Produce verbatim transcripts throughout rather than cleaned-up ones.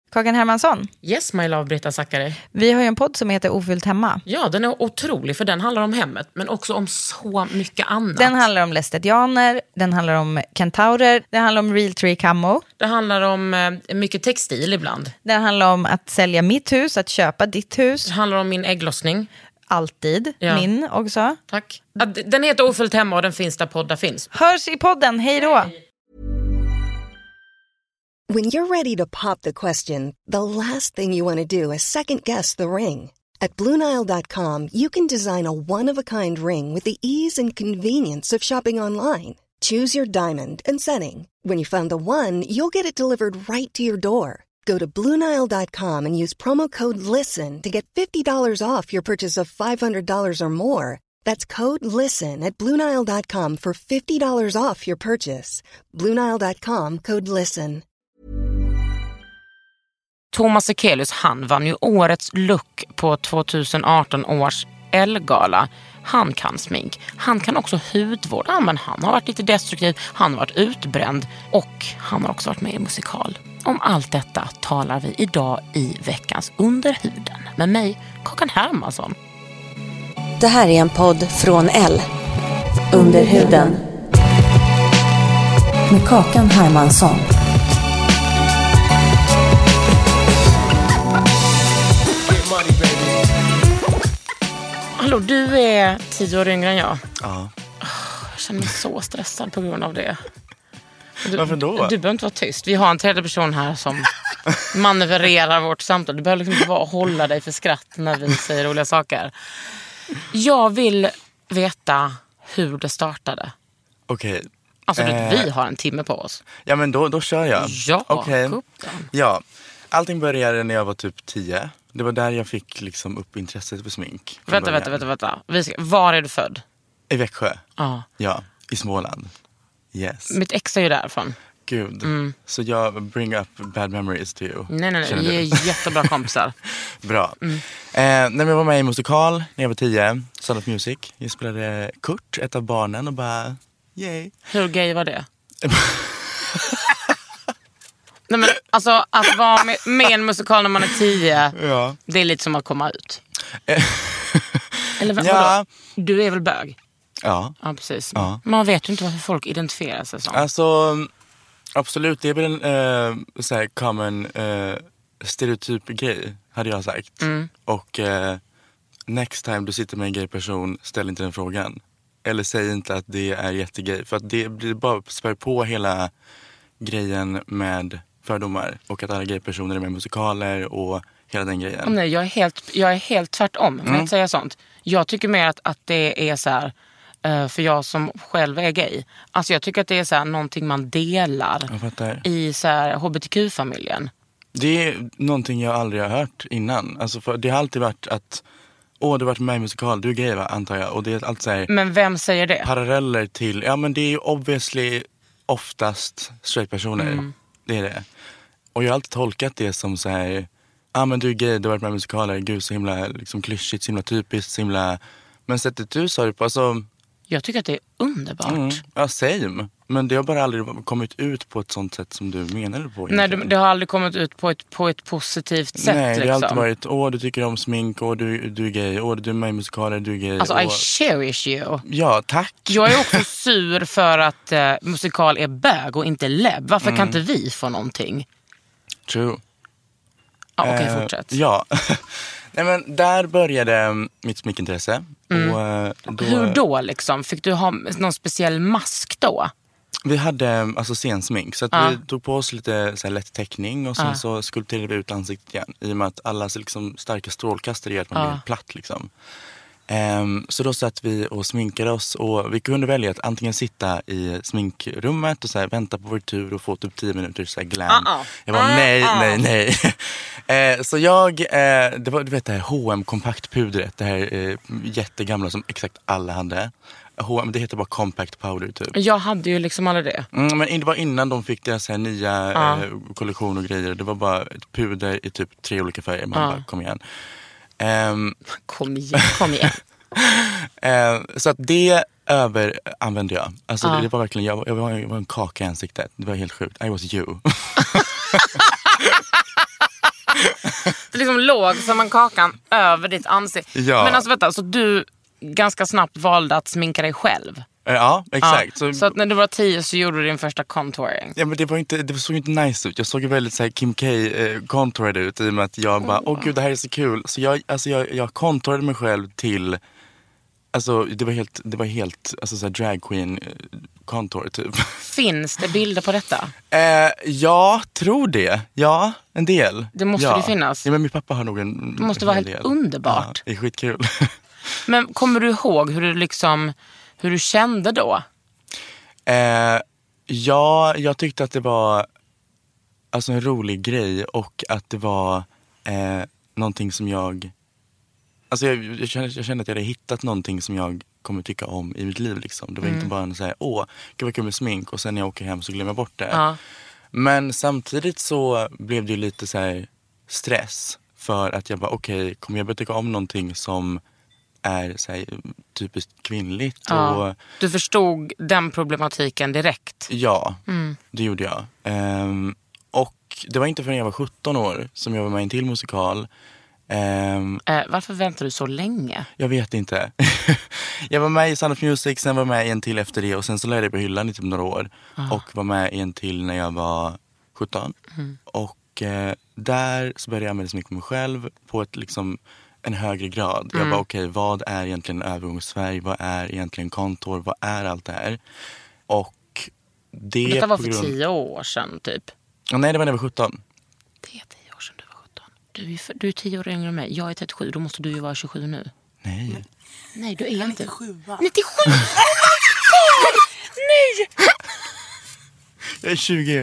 Kakan Hermansson. Yes, my love, Britta Zackari. Vi har ju en podd som heter Ofyllt hemma. Ja, den är otrolig för den handlar om hemmet, men också om så mycket annat. Den handlar om lästetianer, den handlar om kentaurer, den handlar om real tree camo. Det handlar om eh, mycket textil ibland. Den handlar om att sälja mitt hus, att köpa ditt hus. Det handlar om min ägglossning. Alltid, ja. Min också. Tack. Den heter Ofyllt hemma och den finns där poddar finns. Hörs i podden, hej då! When you're ready to pop the question, the last thing you want to do is second-guess the ring. At Blue Nile dot com, you can design a one-of-a-kind ring with the ease and convenience of shopping online. Choose your diamond and setting. When you find the one, you'll get it delivered right to your door. Go to Blue Nile dot com and use promo code LISTEN to get fifty dollars off your purchase of five hundred dollars or more. That's code LISTEN at Blue Nile dot com for fifty dollars off your purchase. Blue Nile dot com, code LISTEN. Thomas Ekelius, han vann ju årets look på tjugoarton års Elgala. Han kan smink. Han kan också hudvård. Ja, men han har varit lite destruktiv. Han har varit utbränd. Och han har också varit med i musikal. Om allt detta talar vi idag i veckans Under huden. Med mig, Kakan Hermansson. Det här är en podd från L. Under huden. Med Kakan Hermansson. Hallå, du är tio år yngre än jag. Ja. Jag känner mig så stressad på grund av det. Du, Varför då? Du behöver inte vara tyst. Vi har en tredje person här som manövrerar vårt samtal. Du behöver liksom inte vara hålla dig för skratt när vi säger roliga saker. Jag vill veta hur det startade. Okej. Okay. Alltså, eh, vi har en timme på oss. Ja, men då, då kör jag. Ja, okay. kuppen. Ja, allting började när jag var typ tio. Det var där jag fick liksom upp intresset för smink. Vänta, vänta, vänta, vänta. Vi ska, var är du född? I Växjö. Ja. Ja, i Småland. Yes. Mitt ex är ju därifrån. Gud. Mm. Så jag bring up bad memories to you. Nej, nej, nej. Vi är jättebra kompisar. Bra. Mm. Eh, när jag var med i musikal när jag var tio, Sound of Music. Jag spelade Kurt, ett av barnen, och bara, yay. Hur gay var det? Nej, men alltså att vara med, med en musikal när man är tio, ja. Det är lite som att komma ut. Eller vad, ja. vadå? Du är väl bög? Ja. Ja, precis. Ja. Man vet ju inte varför folk identifierar sig som. Alltså, absolut, det är väl en uh, så här common uh, stereotyp grej, hade jag sagt. Mm. Och uh, next time du sitter med en gay person, ställ inte den frågan. Eller säg inte att det är jättegay. För att det blir bara spär på hela grejen med fördomar. Och att alla gay personer är med musikaler och hela den grejen. Oh, nej, jag är helt, jag är helt tvärtom. Får mm. jag inte säga sånt? Jag tycker mer att, att det är så här... Uh, för jag som själv är gay. Alltså jag tycker att det är så här någonting man delar i så här H B T Q-familjen. Det är någonting jag aldrig har hört innan. Alltså för det har alltid varit att åh, du har varit med i musikal, du är gay, va, antar jag. Och det är alltid så här, men vem säger det? Paralleller till, ja men det är ju obviously oftast straight personer. Mm. Det är det. Och jag har alltid tolkat det som så här, ja ah, men du är gay, du har varit med i musikaler, gud så himla liksom klyschigt, så himla typiskt, så himla... Men sättet du sa det på, alltså... Jag tycker att det är underbart. Mm. Ja, same. Men det har bara aldrig kommit ut på ett sånt sätt som du menade på. Nej, det, det har aldrig kommit ut på ett, på ett positivt sätt. Nej, det liksom. har alltid varit, åh du tycker om smink, åh du, du är gay, åh du är med i musikaler, du är gay. Alltså, åh... I cherish you. Ja, tack. Jag är också sur för att uh, musikal är bög och inte lebb. Varför mm. kan inte vi få någonting? True. Ja, okej, okay, uh, fortsätt. Ja. Nej, men där började mitt sminkintresse. Mm. Och då... Hur då liksom? Fick du ha någon speciell mask då? Vi hade alltså scensmink. Så att ah. vi tog på oss lite så här, lätt teckning. Och sen ah. så skulpterade vi ut ansiktet igen. I och med att alla liksom, starka strålkastare gör att man ah. blir platt liksom. Um, så då satt vi och sminkade oss. Och vi kunde välja att antingen sitta i sminkrummet och så här, vänta på vår tur och få typ tio minuter så här glam. Uh-uh. Jag var nej, nej, nej. uh, så jag, uh, det var du vet det här H och M kompaktpudret. Det här uh, jättegamla som exakt alla hade. H och M, det heter bara compact powder typ. Jag hade ju liksom aldrig det. Mm, men det var innan de fick deras här nya uh. uh, kollektion och grejer. Det var bara ett puder i typ tre olika färger. Man uh. bara, kom igen. Um, kom igen, kom igen. uh, så att det överanvände jag. Alltså uh. det, det var verkligen, jag, jag, var, jag var en kaka i ansiktet. Det var helt sjukt. I was you. liksom låg som en kakan över ditt ansikte. Ja. Men alltså vänta, så du ganska snabbt valde att sminka dig själv? Ja, exakt. Ja. Så, så att när du var tio så gjorde du din första contouring? Ja, men det var inte, det såg inte nice ut. Jag såg ju väldigt så här Kim K eh, contoured ut i och med att jag bara, åh oh, gud det här är så kul. Så jag, alltså jag, jag contoured mig själv till, alltså det var helt, det var helt, alltså så här drag queen contour typ. Finns det bilder på detta? Eh, ja, tror det. Ja, en del. Det måste ja. det finnas. Ja, men min pappa har nog en Det måste vara helt del. underbart. Ja, det är skitkul. Men kommer du ihåg hur du liksom, hur du kände då? Eh, ja, jag tyckte att det var alltså en rolig grej och att det var eh, någonting som jag, alltså jag, jag, kände, jag kände att jag hade hittat någonting som jag kommer tycka om i mitt liv liksom. Det var mm. inte bara en så här, åh, gud vad kul med smink och sen när jag åker hem så glömmer jag bort det. Ja. Men samtidigt så blev det ju lite så här stress för att jag bara, okej, okay, kommer jag börja tycka om någonting som är så här, typiskt kvinnligt. Ja. Och, du förstod den problematiken direkt? Ja, mm. det gjorde jag. Um, och det var inte förrän jag var sjutton år som jag var med i en till musikal. Um, eh, varför väntade du så länge? Jag vet inte. Jag var med i Sound of Music, sen var med i en till efter det och sen så lärde jag på hyllan i typ några år. Ah. Och var med i en till när jag var sjutton. Mm. Och eh, där så började jag använda smink på mig själv på ett liksom en högre grad. Mm. Jag bara okej, okay, vad är egentligen övergångsfärg? Vad är egentligen kontor? Vad är allt det här? Och det Detta var på för grund... tio år sedan typ? Oh, nej, det var när jag var sjutton. Det är tio år sedan du var sjutton. Du är, för, du är tio år yngre än mig. Jag är trettiosju, då måste du ju vara tjugosju nu. Nej. Nej, du är inte. nittiosju, va? nittiosju! Oh my God! Nej! Jag är tjugo.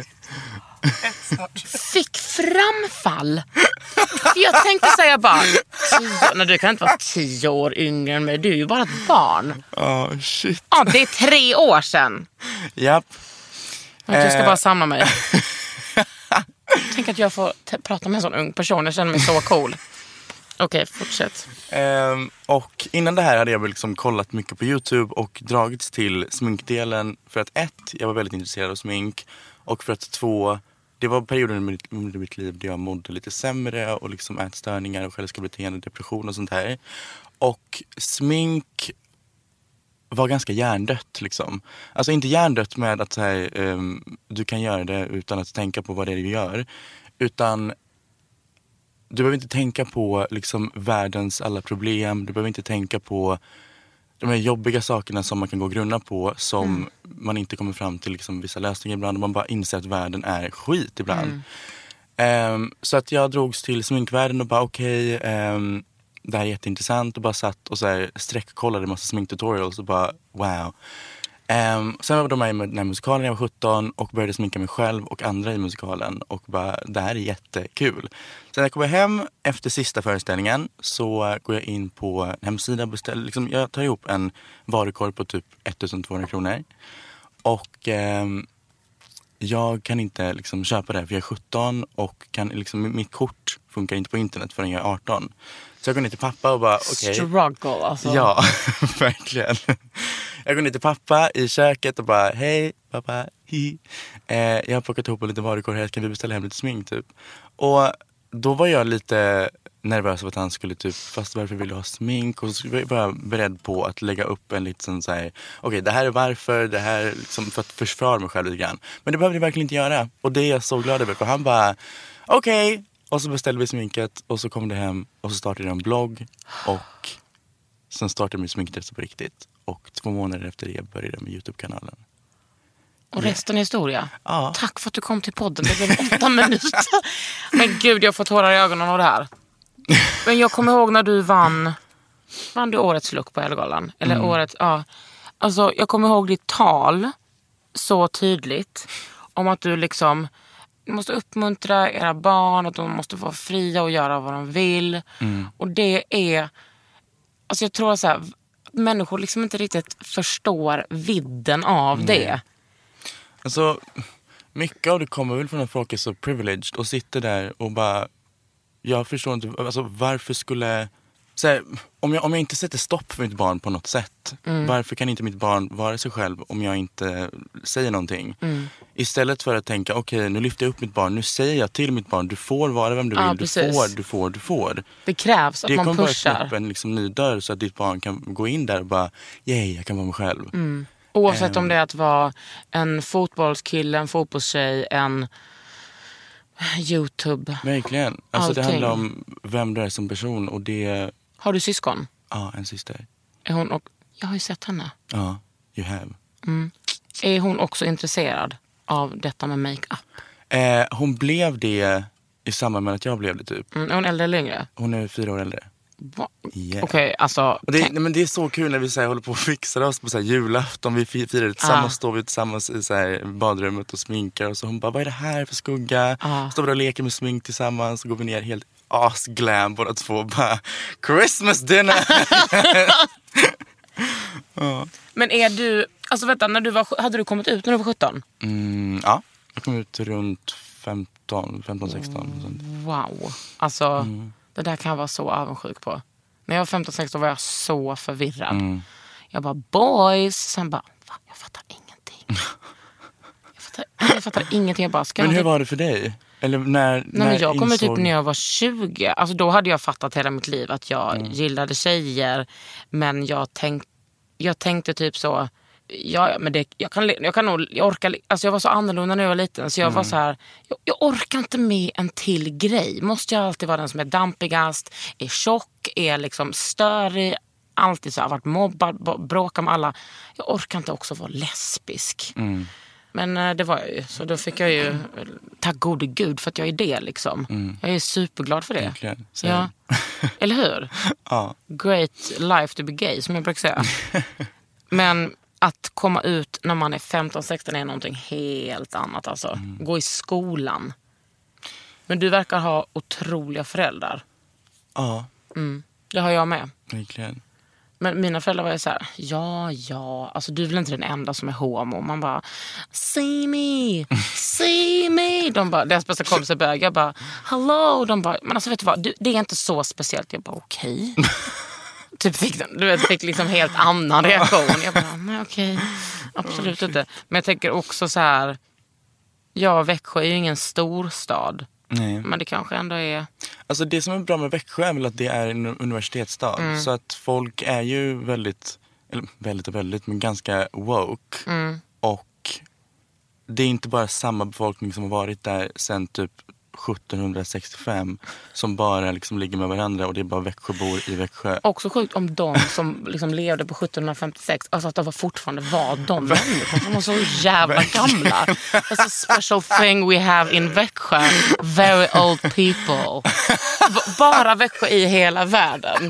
Fick framfall. Jag tänkte säga bara tio, nej, du kan inte vara tio år yngre än mig. Du är ju bara ett barn. Ja, oh, shit. Ja, det är tre år sedan. Japp. Jag ska bara samla mig. Tänk att jag får t- prata med en sån ung person. Jag känner mig så cool. Okej, okay, fortsätt. Um, och innan det här hade jag väl liksom kollat mycket på YouTube och dragits till sminkdelen. För att ett, jag var väldigt intresserad av smink. Och för att två, det var perioden under mitt liv där jag mådde lite sämre och liksom ätstörningar och självskadebeteende, depression och sånt här. Och smink var ganska hjärndött liksom. Alltså inte hjärndött med att så här, um, du kan göra det utan att tänka på vad det är du gör. Utan du behöver inte tänka på liksom världens alla problem. Du behöver inte tänka på de här jobbiga sakerna som man kan gå och grunna på som mm. man inte kommer fram till liksom vissa lösningar ibland. Och man bara inser att världen är skit ibland. Mm. Um, så att jag drogs till sminkvärlden och bara okej, okay, um, det här är jätteintressant. Och bara satt och så här sträckkollade en massa sminktutorials och bara wow. Um, sen var jag då med i den här musikalen när jag var sjutton och började sminka mig själv och andra i musikalen. Och bara, det här är jättekul. Sen när jag kommer hem efter sista föreställningen så går jag in på en hemsida och beställer. Liksom, jag tar ihop en varukorg på typ ettusentvåhundra kronor. Och um, jag kan inte liksom köpa det för jag är sjutton och kan, liksom, mitt kort funkar inte på internet förrän jag är arton. Så jag går ner till pappa och bara okej. Okay. Struggle alltså. Ja, verkligen. Jag går ner till pappa i köket och bara hej pappa, hi. Eh, jag har plockat ihop en liten varukorg här, kan vi beställa hem lite smink typ. Och då var jag lite nervös av att han skulle typ, fast varför vill du ha smink? Och så var jag beredd på att lägga upp en liten så här, okej okay, det här är varför, det här liksom för att försvara mig själv lite grann. Men det behövde jag verkligen inte göra. Och det är jag så glad över, för han bara okej. Okay. Och så beställde vi sminket och så kom det hem och så startade jag en blogg och sen startade min sminktest på riktigt. Och två månader efter det började jag med YouTube-kanalen. Och resten är historia. Ja. Tack för att du kom till podden. Det blev åtta minuter. Men gud, jag får tårar i ögonen av det här. Men jag kommer ihåg när du vann vann du årets look på Ellegalan. Eller mm. årets, ja. Alltså, jag kommer ihåg ditt tal så tydligt om att du liksom måste uppmuntra era barn, att de måste vara fria och göra vad de vill. Mm. Och det är, alltså jag tror så här, människor liksom inte riktigt förstår vidden av det. Mm. Alltså, mycket av det kommer väl från att folk är så privileged och sitter där och bara, jag förstår inte, alltså varför skulle så här, om, jag, om jag inte sätter stopp för mitt barn på något sätt, Mm. varför kan inte mitt barn vara sig själv om jag inte säger någonting? Mm. Istället för att tänka, okej, okay, nu lyfter jag upp mitt barn, nu säger jag till mitt barn, du får vara vem du vill, Ja, du precis. får, du får, du får. Det krävs att det man kommer bara pushar. öppna upp en liksom, ny dörr så att ditt barn kan gå in där och bara, yay, jag kan vara mig själv. Mm. Oavsett um, om det är att vara en fotbollskille, en fotbollstjej, en YouTube. Verkligen. Alltså Allting. det handlar om vem du är som person och det... Har du syskon? Ja, en syster. Är hon och... Jag har ju sett henne. Ja, you have. Mm. Är hon också intresserad av detta med make-up? Eh, hon blev det i samband med att jag blev det typ. Mm. Är hon äldre eller yngre? Hon är fyra år äldre. Va? Yeah. Okej, okay, alltså... Och det, nej, men det är så kul när vi så här, håller på och fixar oss på så här, julafton. Vi firar tillsammans, ah. står vi tillsammans i så här, badrummet och sminkar. Och så hon bara, vad är det här för skugga? Ah. Står vi och leker med smink tillsammans. Och går vi ner helt asglam båda två. Bara, Christmas dinner! ah. Men är du... Alltså vänta, när du var, hade du kommit ut när du var sjutton? Mm, ja, jag kom ut runt femton, sexton. Mm, wow. Alltså... Mm. Det där kan jag vara så avundsjuk på. När jag var femton sexton var jag så förvirrad. Mm. Jag bara, boys. Sen bara, va? Jag fattar ingenting. Jag fattar, jag fattar ingenting. Jag bara, ska men hur typ... var det för dig? Eller när, Nej, när men jag kom insåg... typ när jag var tjugo. Alltså då hade jag fattat hela mitt liv att jag mm. gillade tjejer. Men jag, tänk, jag tänkte typ så... Ja, men det, jag kan jag kan nog jag orkar alltså jag var så annorlunda när jag var liten så jag mm. var så här jag, jag orkar inte med en till grej. Måste jag alltid vara den som är dampigast, är tjock, är liksom störig, alltid så har varit mobbad, bråkar med alla. Jag orkar inte också vara lesbisk. Mm. Men äh, det var jag ju, så då fick jag ju tack gode gud för att jag är det liksom. Mm. Jag är superglad för det. Ja. Eller hur? Ja. Great life to be gay som jag brukar säga. Men att komma ut när man är femton sexton är någonting helt annat. Alltså. Mm. Gå i skolan. Men du verkar ha otroliga föräldrar. Ja. Mm. Det har jag med. Verkligen. Men mina föräldrar var ju så här, ja, ja. Alltså du är väl inte den enda som är homo. Man bara, see me, see me. De bara, deras bästa kompisar bög. Jag bara, hello. De bara, men alltså vet du vad, du, det är inte så speciellt. Jag bara, okej. Okay. Typ fick, du vet, fick liksom helt annan reaktion. Jag bara, nej okej, absolut inte. Men jag tänker också så här, ja, Växjö är ju ingen storstad. Nej. Men det kanske ändå är... Alltså det som är bra med Växjö är väl att det är en universitetsstad. Mm. Så att folk är ju väldigt, eller väldigt och väldigt, men ganska woke. Mm. Och det är inte bara samma befolkning som har varit där sedan typ sjutton sextiofem som bara liksom ligger med varandra och det är bara Växjöbor i Växjö. Också sjukt om de som liksom levde på sjutton femtiosex, alltså att de var fortfarande var de människor som var så jävla gamla. That's a special thing we have in Växjö. Very old people. B- bara Växjö i hela världen.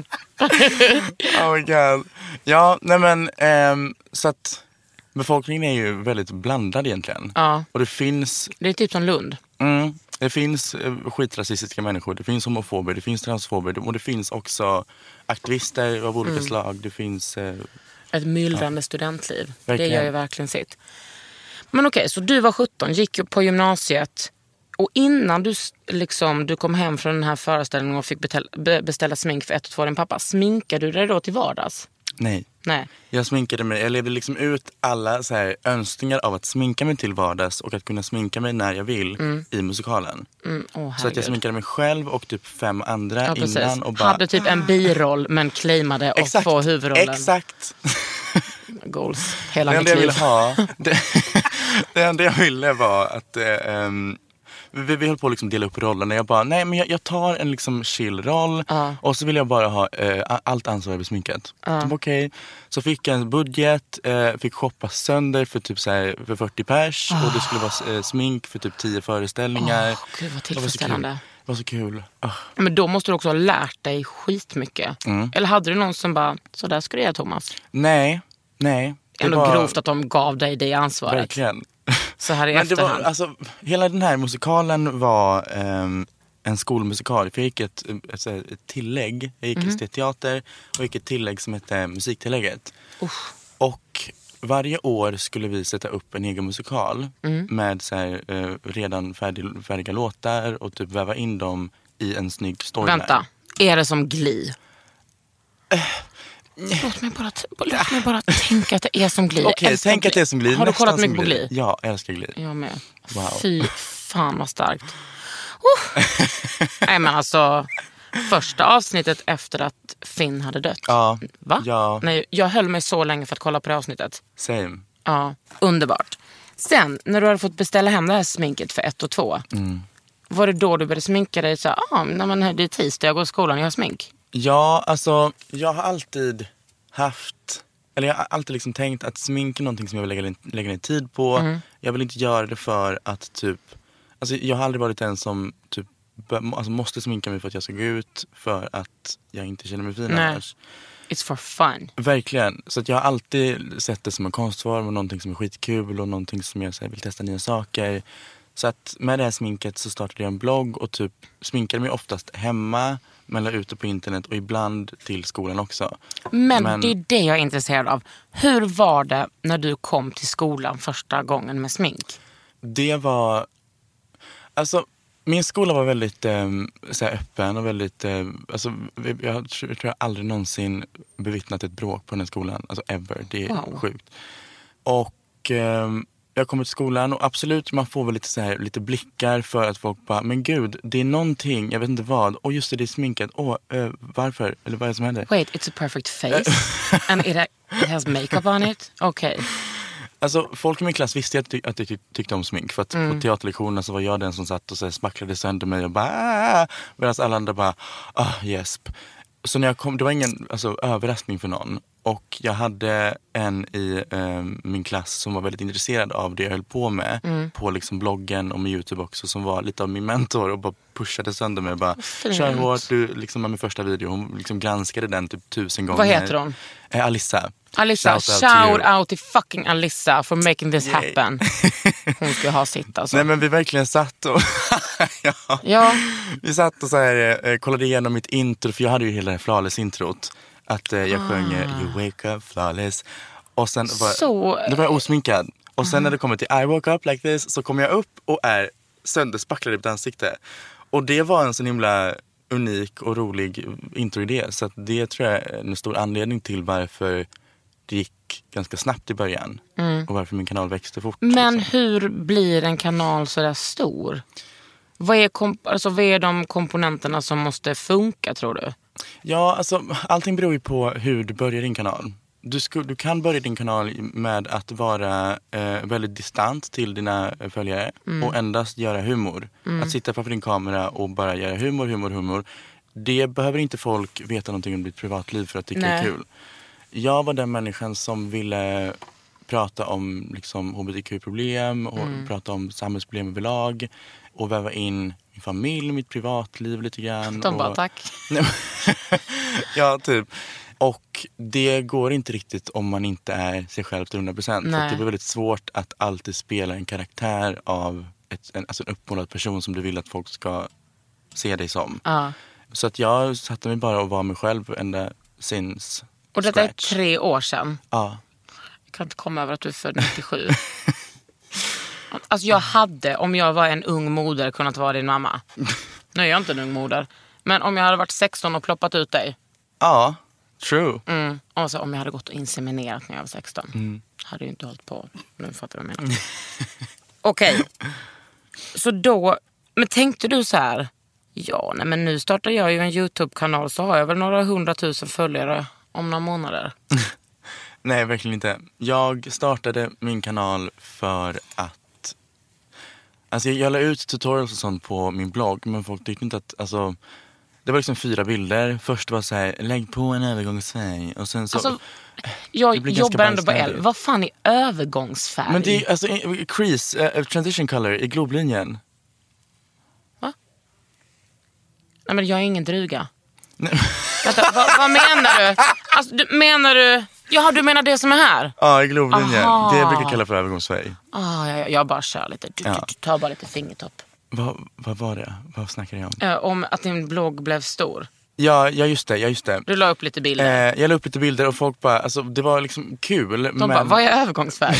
Oh my god. Ja, nej men ähm, så att befolkningen är ju väldigt blandad egentligen. Ja. Och det finns... Det är typ som Lund. Mm. Det finns skitrasistiska människor, det finns homofober, det finns transfober och det finns också aktivister av olika mm. slag. Det finns... Eh, ett myllrande ja. studentliv. Verkligen. Det gör ju verkligen sitt. Men okej, okay, så du var sjutton, gick ju på gymnasiet och innan du, liksom, du kom hem från den här föreställningen och fick betälla, beställa smink för ett och två din pappa, sminkade du dig då till vardags? Nej. Nej. Jag sminkade mig, jag levde liksom ut alla så här önskningar av att sminka mig till vardags och att kunna sminka mig när jag vill mm. i musikalen. Mm. Oh, så att jag sminkade mig själv och typ fem andra ja, innan. Och bara... hade typ en biroll men claimade och exakt, få huvudrollen. Exakt. Goals. Hela det mitt enda liv. Jag ville ha, det, det enda jag ville var att... Um, Vi, vi höll på att liksom dela upp rollerna. Jag bara, nej men jag, jag tar en liksom chill-roll uh. och så vill jag bara ha eh, allt ansvar över sminket. Uh. Okej, okay. Så fick jag en budget, eh, fick shoppa sönder för typ så här, för fyrtio pers uh. och det skulle vara eh, smink för typ tio föreställningar. Oh, Gud vad tillfredsställande. Det var så kul. Det var så kul. Uh. Men då måste du också ha lärt dig skitmycket. Mm. Eller hade du någon som bara, så där ska du göra Thomas? Nej, nej. Det ändå var... grovt att de gav dig det ansvaret. Verkligen. Så här i men det efterhand. var, alltså, hela den här musikalen var um, en skolmusikal. För jag gick ett, ett, ett tillägg. Jag gick mm. estetteater och gick ett tillägg som hette musiktillägget. Usch. Och varje år skulle vi sätta upp en egen musikal mm. med så här, uh, redan färdig, färdiga låtar och typ väva in dem i en snygg storyline. Vänta, är det som Glee? Låt mig bara, t- låt mig bara tänka att det är som Glee. Okej, okay, tänk att det är som Glee. Har du kollat mycket på Glee? Ja, jag älskar Glee. Jag med. Wow. Fy fan vad starkt. Uh. Nej men alltså, första avsnittet efter att Finn hade dött. Ja. Va? Ja. Nej, jag höll mig så länge för att kolla på det avsnittet. Same. Ja, underbart. Sen, när du hade fått beställa hem det här sminket för ett och två. Mm. Var det då du började sminka dig? Ja, ah, men det är tisdag, jag går i skolan, jag har smink. Ja, alltså jag har alltid haft, eller jag har alltid liksom tänkt att smink är någonting som jag vill lägga, lägga ner tid på. Mm. Jag vill inte göra det för att typ, alltså jag har aldrig varit den som typ alltså, måste sminka mig för att jag ska gå ut för att jag inte känner mig fin annars. It's for fun. Verkligen. Så att jag har alltid sett det som en konstform och någonting som är skitkul och någonting som jag så här, vill testa nya saker. Så att med det här sminket så startade jag en blogg och typ sminkade mig oftast hemma, men la ut det på internet och ibland till skolan också. Men, men det är det jag är intresserad av. Hur var det när du kom till skolan första gången med smink? Det var, alltså min skola var väldigt eh, så här öppen och väldigt, eh, alltså jag tror, jag tror jag aldrig någonsin bevittnat ett bråk på den här skolan, alltså ever, det är wow. sjukt. Och eh, jag kommer till skolan och absolut man får väl lite så här, lite blickar för att folk bara, men gud, det är någonting, jag vet inte vad, och just det, det är sminket, åh, eh, varför, eller vad är det som händer? Wait, it's a perfect face and it, it has makeup on it, okej. Okay. Alltså folk i min klass visste att, att jag tyck, tyckte om smink. För att mm. på teaterlektionerna så var jag den som satt och så här, smacklade sönder mig och bara medan alla andra bara, ah, jesp. Så när jag kom, det var ingen alltså, överraskning för någon. Och jag hade en i eh, min klass som var väldigt intresserad av det jag höll på med. Mm. På liksom bloggen och med YouTube också, som var lite av min mentor och bara pushade sönder mig. Bara, kör hårt, du liksom med min första video. Hon liksom granskade den typ tusen gånger. Vad heter hon? Eh, Alissa. Alissa, shout, out, shout out till fucking Alissa for making this Yay. happen. Hon ska ha sitt alltså. Nej men vi verkligen satt och ja. ja. Vi satt och så här, eh, kollade igenom mitt intro, för jag hade ju hela det här flawless-introt. Att eh, jag ah. sjöng You wake up flawless. Och sen var, så... det var jag osminkad. Och sen mm. när det kommer till I woke up like this, så kommer jag upp och är sönderspacklad i mitt ansikte. Och det var en så himla unik och rolig introidé. Så att det tror jag är en stor anledning till varför det gick ganska snabbt i början. Mm. Och varför min kanal växte fort. Men liksom. Hur blir en kanal så där stor? Vad är, komp- alltså, vad är de komponenterna som måste funka, tror du? Ja, alltså allting beror ju på hur du börjar din kanal. Du, sku- du kan börja din kanal med att vara eh, väldigt distant till dina följare. Mm. Och endast göra humor. Mm. Att sitta framför din kamera och bara göra humor, humor, humor. Det behöver inte folk veta någonting om ditt privatliv för att tycka det är kul. Jag var den människan som ville prata om liksom, H B T Q-problem och mm. prata om samhällsproblem överlag och väva in min familj, mitt privatliv lite grann. De bara, och... tack. Ja, typ. Och det går inte riktigt om man inte är sig själv till hundra procent. För det blir väldigt svårt att alltid spela en karaktär av ett, en, alltså en uppmålad person som du vill att folk ska se dig som. Uh. Så att jag satte mig bara och var mig själv ända since Och detta scratch. är tre år sedan? Ja. Jag kan inte komma över att du är född nittiosju. Alltså jag hade, om jag var en ung moder, kunnat vara din mamma. Nu är jag inte en ung moder. Men om jag hade varit sexton och ploppat ut dig. Ja, true. Mm. Alltså, om jag hade gått och inseminerat när jag var sexton. Mm. Hade ju inte hållit på. Nu fattar du vad jag menar. Okej. Okay. Så då, men tänkte du så här, ja, nej, men nu startar jag ju en YouTube-kanal, så har jag väl några hundratusen följare om några månader. Nej, verkligen inte. Jag startade min kanal för att, alltså jag, jag la ut tutorials och sånt på min blogg, men folk tyckte inte att, alltså det var liksom fyra bilder. Först var så här, lägg på en övergångsfärg. Och sen så... Alltså, jag jobbar ändå på L. Vad fan är övergångsfärg? Men det är alltså crease, uh, transition color i globlinjen. Va? Nej, men jag är ingen druga. Vänta, vad, vad menar du? Alltså, du? Menar du... Ja, du menar det som är här? Ja, i globlinjen. Aha. Det brukar jag kalla för övergångsfärg. Ah, jag, jag bara kör lite. Du, ja. du, du tar bara lite fingertopp. Vad, vad var det? Vad snackade jag om? Äh, om att din blogg blev stor. Ja, ja just det, ja just det. Du la upp lite bilder. Eh, jag la upp lite bilder och folk bara, alltså det var liksom kul. De men... bara, vad är övergångsfärg?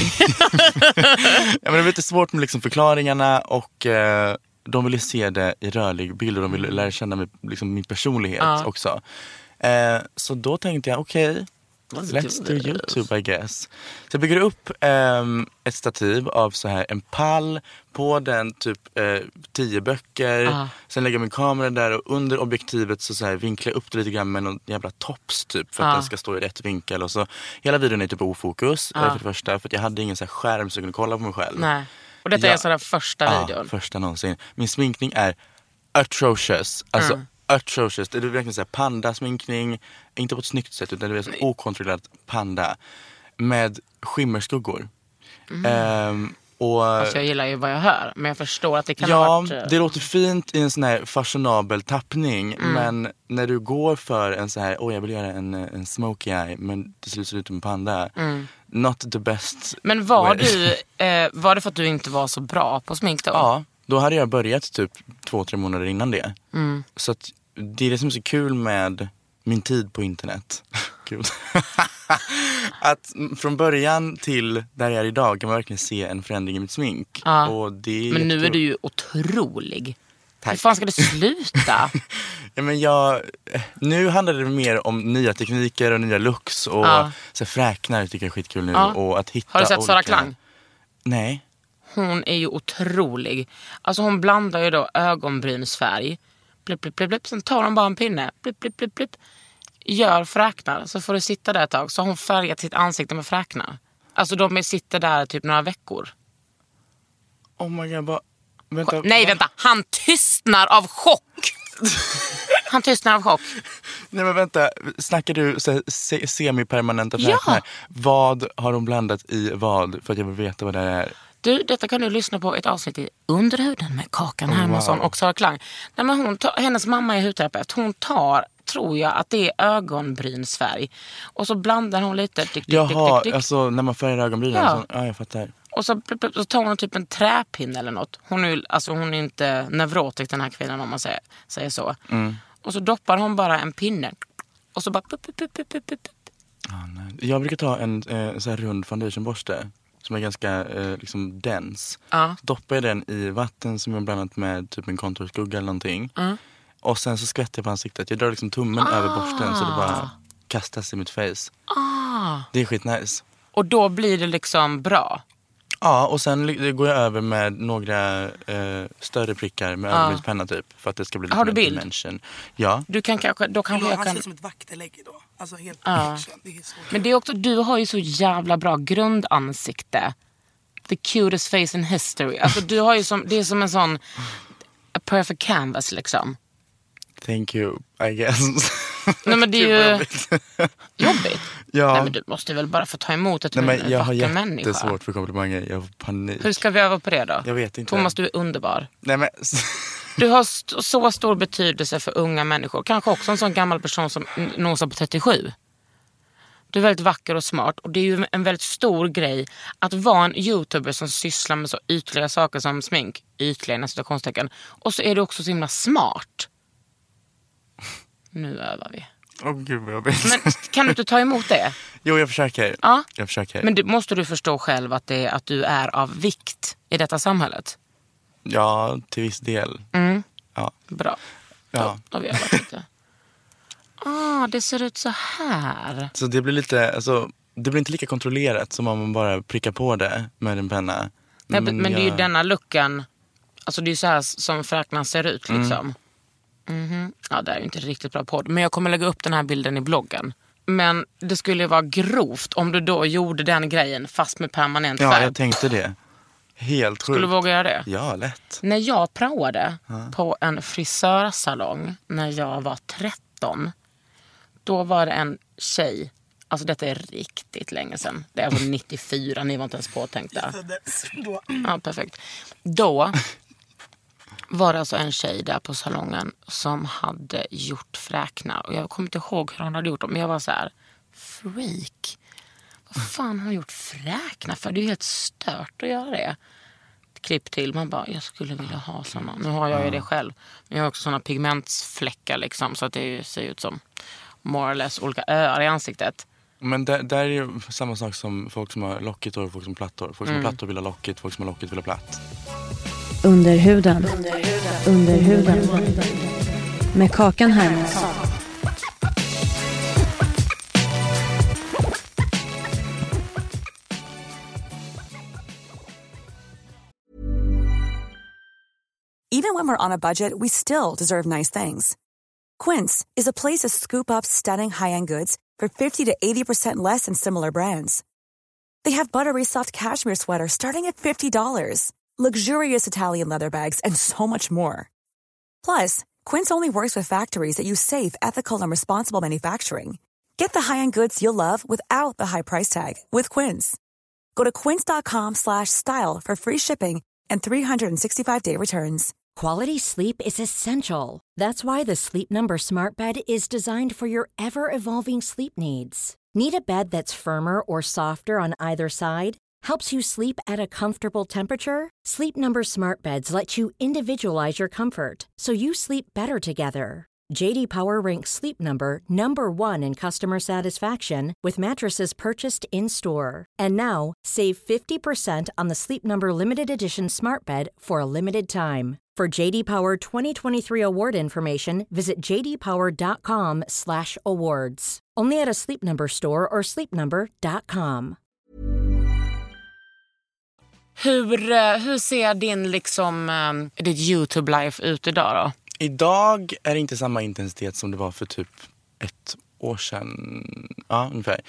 Ja, men det var lite svårt med liksom förklaringarna och eh, de ville se det i rörlig bild och de ville lära känna mig, liksom, min personlighet ja. också. Eh, så då tänkte jag, okej, okay, let's do YouTube I guess. Så jag bygger upp eh, ett stativ av så här en pall, på den typ eh, tio böcker. Ah. Sen lägger jag min kamera där och under objektivet så, så här vinklar jag upp det lite grann med någon jävla tops typ för att ah. den ska stå i rätt vinkel. Och så hela videon är typ ofokus ah. för det första, för att jag hade ingen så här skärm så jag kunde kolla på mig själv. Nej. Och detta jag, är sådär första ja, videon? Första någonsin. Min sminkning är atrocious. Alltså mm. atrocious. Det är verkligen så här pandasminkning. Inte på ett snyggt sätt utan det är så okontrollerat panda. Med skimmerskuggor. Mm. Um, och, alltså jag gillar ju vad jag hör. Men jag förstår att det kan ja, ha varit... Ja, det låter fint i en sån här fashionabel tappning. Mm. Men när du går för en så här, åh oh, jag vill göra en, en smokey eye. Men det ser ut som en panda. Mm. Not the best. Men var way. du eh, var det för att du inte var så bra på smink då? Ja, då hade jag börjat typ två, tre månader innan det. Mm. Så att det är det som är så kul med min tid på internet. Gud. Att från början till där jag är idag kan man verkligen se en förändring i mitt smink. Ja. Och det är men nu är du ju otrolig. Tack. Hur fan ska det sluta? Ja, men jag, nu handlar det mer om nya tekniker och nya looks och ja. så fräknar tycker jag är skitkul nu. Ja. Och att hitta. Har du sett olika... Sara Klang? Nej. Hon är ju otrolig. Alltså hon blandar ju då ögonbrynsfärg. Blip, blip, blip, blip. Sen tar hon bara en pinne. Blip, blip, blip, blip. Gör fräknar. Så får du sitta där ett tag. Så har hon färgat sitt ansikte med fräknar. Alltså de sitter där typ några veckor. Oh my god, bara... Vänta, Nej, va? vänta. Han tystnar av chock. Han tystnar av chock. Nej, men vänta. Snackar du så, se, semi-permanenta fräknar? Ja. Vad har de blandat i vad? För att jag vill veta vad det är. Du, detta kan du lyssna på ett avsnitt i Underhuden med Kakan Hermansson oh, wow. och Sara Klang. Nej, men hon tar, hennes mamma är hudterapeut. Hon tar, tror jag, att det är ögonbrynsfärg. Och så blandar hon lite. Dick, dick, Jaha, dick, dick, dick. Alltså när man färgar ögonbrynen. Ja. Så, ja, jag fattar. Och så, så tar hon typ en träpinne eller något. Hon är, alltså, hon är inte neurotisk den här kvinnan om man säger, säger så. Mm. Och så doppar hon bara en pinne. Och så bara... Pup, pup, pup, pup, pup. Ah, nej. Jag brukar ta en eh, så här rund foundationborste. Som är ganska eh, liksom dens. Uh. Så doppar jag den i vatten som jag blandat med typ en kontorskugga eller någonting. Uh. Och sen så skvätter jag på ansiktet. Jag drar liksom tummen uh. över borsten så det bara kastas i mitt face. Uh. Det är skitnice. Och då blir det liksom bra? Ja, och sen går jag över med några eh, större prickar med uh. ögonbrynspenna typ. För att det ska bli lite. Har du bild? Dimension. Ja. Du kan kanske, då kanske jag kan... Han ser som ett vaktelägg då. Alltså helt uh. det är så. Men det är också, du har ju så jävla bra grundansikte. The cutest face in history. Alltså du har ju som, det är som en sån a perfect canvas liksom. Thank you, I guess. Nej, men det är ju jobbigt. Ja. Nej, men du måste väl bara få ta emot ett. Nej, men jag har jättesvårt för komplimanger. Jag har panik. Hur ska vi öva på det då? Jag vet inte. Thomas, du är underbar. Nej, men... Du har st- så stor betydelse för unga människor. Kanske också en sån gammal person som nosar på trettiosju. Du är väldigt vacker och smart. Och det är ju en väldigt stor grej att vara en YouTuber som sysslar med så ytliga saker som smink. Ytliga i situationstecken. Och så är du också så himla smart. Nu övar vi. Åh oh, gud vad jag vet. Men kan du inte ta emot det? Jo, jag försöker. Ja. Jag försöker. Men det, måste du förstå själv att, det, att du är av vikt i detta samhället? Ja, till viss del. Mm. Ja. Bra. Ja. Då har vi övat lite. Ah, det ser ut så här. Så det blir lite, alltså, det blir inte lika kontrollerat som om man bara prickar på det med en penna. Men, men, men jag... det är ju denna luckan, alltså det är ju så här som fräknar ser ut liksom. Mm. Mm-hmm. Ja, det är ju inte riktigt bra podd. Men jag kommer lägga upp den här bilden i bloggen. Men det skulle vara grovt om du då gjorde den grejen fast med permanent färg. Ja, jag tänkte det. Helt sjukt. Skulle du våga göra det? Ja, lätt. När jag praoade ja. på en frisörsalong när jag var tretton, då var det en tjej, alltså detta är riktigt länge sedan. Det är alltså nittiofyra, ni var inte ens påtänkta. Ja, perfekt. Då var det alltså en tjej där på salongen som hade gjort fräknar. Och jag kommer inte ihåg hur hon hade gjort dem, men jag var så här, freak. Vad fan har hon gjort fräknar för? Det är ju helt stört att göra det. Klipp till, man bara, jag skulle vilja ha såna. Nu har jag ju det själv. Men jag har också såna pigmentsfläckar liksom, så att det ser ut som more or less olika öar i ansiktet. Men där, där är ju samma sak som folk som har lockigt hår och folk som har platt hår. Folk som mm. har platt hår vill ha lockigt, folk som har lockigt vill ha platt. Under huden. Under huden. Under huden. Med Kakan Hermansson. when we're on a budget, we still deserve nice things. Quince is a place to scoop up stunning high-end goods for fifty to eighty percent less than similar brands. They have buttery soft cashmere sweaters starting at fifty dollars, luxurious Italian leather bags, and so much more. Plus, Quince only works with factories that use safe, ethical, and responsible manufacturing. Get the high-end goods you'll love without the high price tag with Quince. Go to quince.com slash style for free shipping and three sixty-five day returns. Quality sleep is essential. That's why the Sleep Number Smart Bed is designed for your ever-evolving sleep needs. Need a bed that's firmer or softer on either side? Helps you sleep at a comfortable temperature? Sleep Number Smart Beds let you individualize your comfort, so you sleep better together. J D Power ranks Sleep Number number one in customer satisfaction with mattresses purchased in-store. And now, save fifty percent on the Sleep Number Limited Edition Smart Bed for a limited time. For J D Power twenty twenty-three award information, visit jdpower.com slash awards. Only at a Sleep Number store or sleep number dot com. Hur, hur ser din liksom, um, ditt YouTube-life ut idag då? Idag är det inte samma intensitet som det var för typ ett år sedan. Ja, ungefär.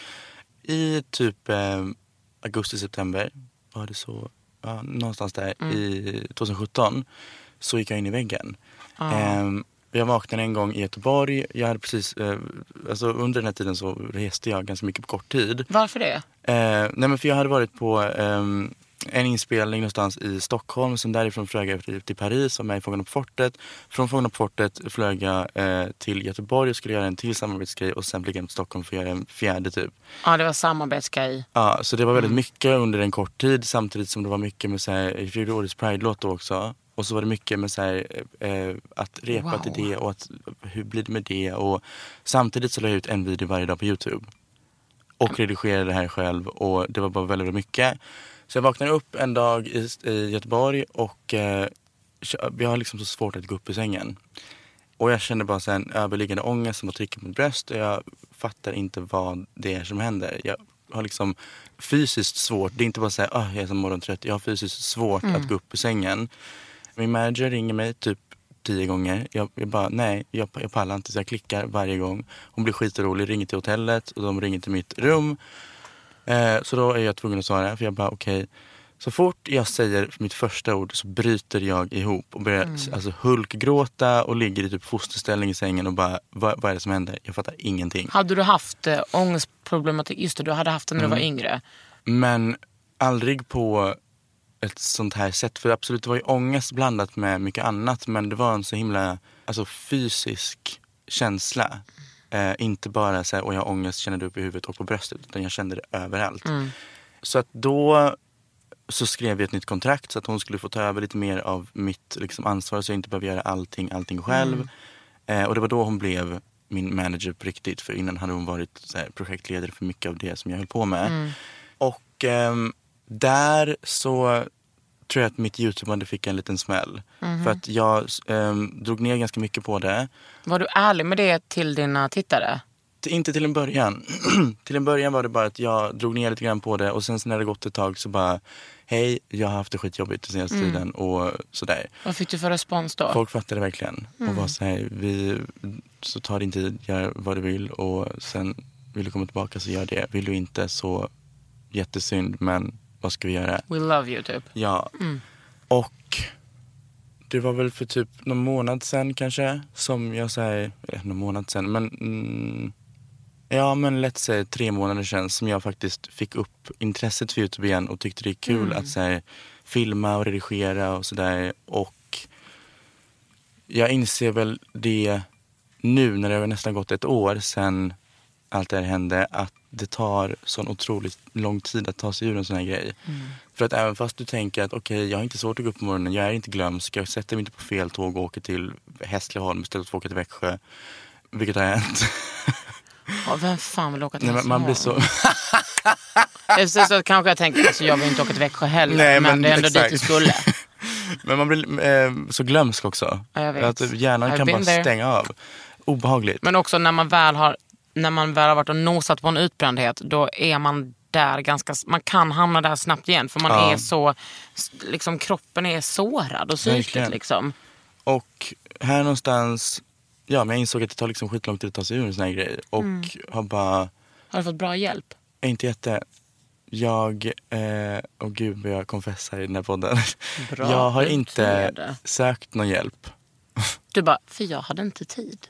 I typ eh, augusti-september var det så, ja, någonstans där mm. i tjugohundrasjutton så gick jag in i väggen. Ah. Eh, jag vaknade en gång i Göteborg. Jag hade precis, eh, alltså under den här tiden så reste jag ganska mycket på kort tid. Varför det? Eh, nej men för jag hade varit på eh, en inspelning någonstans i Stockholm. Sen därifrån flög jag till Paris och med i Fångarna på fortet. Från Fångarna på fortet flög jag eh, till Göteborg och skulle göra en till samarbetsgrej. Och sen blev jag till Stockholm för att göra en fjärde typ. Ja, det var samarbetsgrej. Ja, så det var väldigt mm. mycket under en kort tid. Samtidigt som det var mycket med så här, i fjärde årets Pride-låt också. Och så var det mycket med så här, eh, att repa wow. till det och att, hur blir det med det. Och samtidigt så la jag ut en video varje dag på YouTube. Och redigerade det här själv. Och det var bara väldigt, väldigt mycket. Så jag vaknade upp en dag i, i Göteborg och eh, jag har liksom så svårt att gå upp i sängen. Och jag kände bara så en överliggande ångest som trycker på mitt bröst och jag fattar inte vad det är som händer. Jag har liksom fysiskt svårt, det är inte bara så här, oh, jag är så morgontrött, jag har fysiskt svårt mm. att gå upp i sängen. Min manager ringer mig typ tio gånger. Jag, jag bara, nej, jag, jag pallar inte så jag klickar varje gång. Hon blir skitorolig, ringer till hotellet och de ringer till mitt rum. Eh, så då är jag tvungen att svara för jag bara okej. Okay. Så fort jag säger mitt första ord så bryter jag ihop och börjar mm. alltså, hulkgråta och ligger i typ fosterställning i sängen och bara, vad, vad är det som händer? Jag fattar ingenting. Hade du haft äh, ångestproblematik? Just det, du hade haft det när mm. du var yngre. Men aldrig på ett sånt här sätt. För absolut, det var ju ångest blandat med mycket annat. Men det var en så himla alltså, fysisk känsla. Eh, inte bara så här, och jag har ångest, känner det upp i huvudet och på bröstet. Utan jag kände det överallt. Mm. Så att då så skrev vi ett nytt kontrakt så att hon skulle få ta över lite mer av mitt liksom, ansvar. Så jag inte behöver göra allting, allting själv. Mm. Eh, och det var då hon blev min manager på riktigt. För innan hade hon varit så här, projektledare för mycket av det som jag höll på med. Mm. Och eh, där så tror jag att mitt YouTube fick en liten smäll. Mm. För att jag eh, drog ner ganska mycket på det. Var du ärlig med det till dina tittare? Inte till en början. Till en början var det bara att jag drog ner lite grann på det. Och sen när det gått ett tag så bara, hej, jag har haft det skitjobbigt den senaste mm. tiden. Och sådär. Vad fick du för respons då? Folk fattade verkligen. Mm. Och var så här, vi, så tar din tid, gör vad du vill. Och sen vill du komma tillbaka så gör det. Vill du inte så jättesynd, men vad ska vi göra? We love you typ. Ja. Mm. Och det var väl för typ någon månad sen kanske som jag säger, eh, någon månad sen, men mm, ja men lätt säga tre månader sedan som jag faktiskt fick upp intresset för YouTube igen och tyckte det är kul mm. att så här, filma och redigera och sådär. Och jag inser väl det nu när det har nästan gått ett år sedan allt det här hände, att det tar sån otroligt lång tid att ta sig ur en sån här grej. Mm. För att även fast du tänker att okej, okay, jag har inte svårt att gå upp på morgonen, jag är inte glömsk, jag sätter mig inte på fel tåg och åker till Hässleholm istället för att åka till Växjö. Vilket har hänt. Ja, vem fan vill åka till Hässleholm? Man blir så... så, så kanske jag tänker, alltså, jag vill inte åka till Växjö heller. Nej, men, men det är ändå exakt. Dit du skulle. Men man blir eh, så glömsk också. Ja, jag vet. Att hjärnan kan bara there. Stänga av. Obehagligt. Men också när man väl har när man väl har varit och nosat på en utbrändhet, då är man där ganska, man kan hamna där snabbt igen för man ja. är så liksom, kroppen är sårad och psyket liksom. Och här någonstans, ja, men jag insåg att det tar liksom skitlång tid att ta sig ur en sån här grej. Och mm. har bara... Har du fått bra hjälp? Inte jätte. Jag, eh, och gud vad jag konfessar i den här podden. Bra, jag har inte sökt någon hjälp. Du bara, för jag hade inte tid.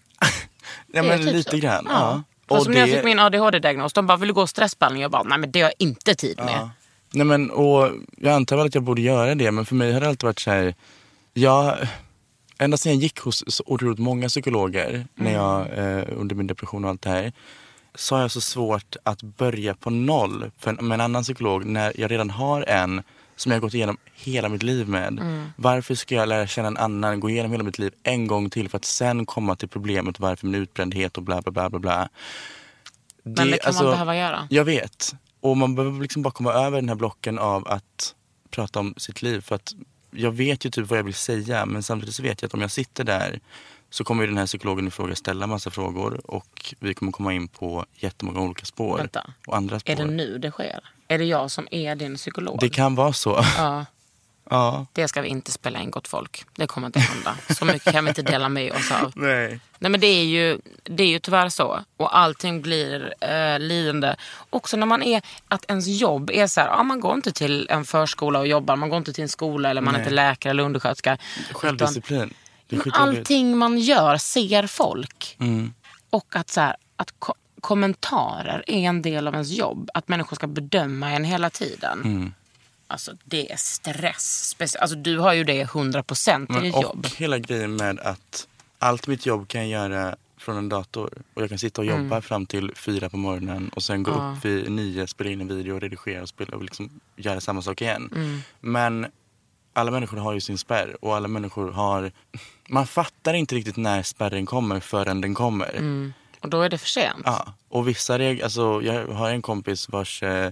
Ja, men typ lite så. Grann. Ja. Ja. Och som det... när jag fick min A D H D-diagnos, de bara, vill du gå stressbehandling? Jag bara, nej men det har jag inte tid med. Ja. Nej men, och jag antar väl att jag borde göra det, men för mig har det alltid varit så här, jag, ända sedan jag gick hos så otroligt många psykologer, mm. när jag, eh, under min depression och allt det här, så har jag så svårt att börja på noll för en, med en annan psykolog när jag redan har en som jag har gått igenom hela mitt liv med. Mm. Varför ska jag lära känna en annan, gå igenom hela mitt liv en gång till för att sen komma till problemet varför min utbrändhet och bla bla bla bla bla. Men det, det kan alltså, man behöva göra. Jag vet. Och man behöver liksom bara komma över den här blocken av att prata om sitt liv. För att jag vet ju typ vad jag vill säga, men samtidigt så vet jag att om jag sitter där så kommer ju den här psykologen i fråga ställa massa frågor och vi kommer komma in på jättemånga olika spår. Vänta. Och andra spår. Är det nu det sker? Är det jag som är din psykolog? Det kan vara så. Ja. Ja. Det ska vi inte spela in, gott folk. Det kommer inte hända. Så mycket kan vi inte dela med oss av. Nej. Nej, men det är ju, det är ju tyvärr så. Och allting blir eh, lidande. Också när man är, att ens jobb är så här, ja, man går inte till en förskola och jobbar. Man går inte till en skola eller man Nej. är inte läkare eller undersköterska. Självdisciplin. Utan, allting man gör ser folk. Mm. Och att så här, att ko- kommentarer är en del av ens jobb. Att människor ska bedöma en hela tiden. Mm. Alltså det är stress. Speci- alltså du har ju det hundra procent i ditt och jobb. Och hela grejen med att allt mitt jobb kan jag göra från en dator. Och jag kan sitta och jobba mm. fram till fyra på morgonen. Och sen gå ja. upp vid nio, spela in en video, redigera och spela och liksom göra samma sak igen. Mm. Men alla människor har ju sin spärr. Och alla människor har... Man fattar inte riktigt när spärren kommer förrän den kommer. Mm. Och då är det för sent. Ja, och vissa regler... Alltså jag har en kompis vars... Eh,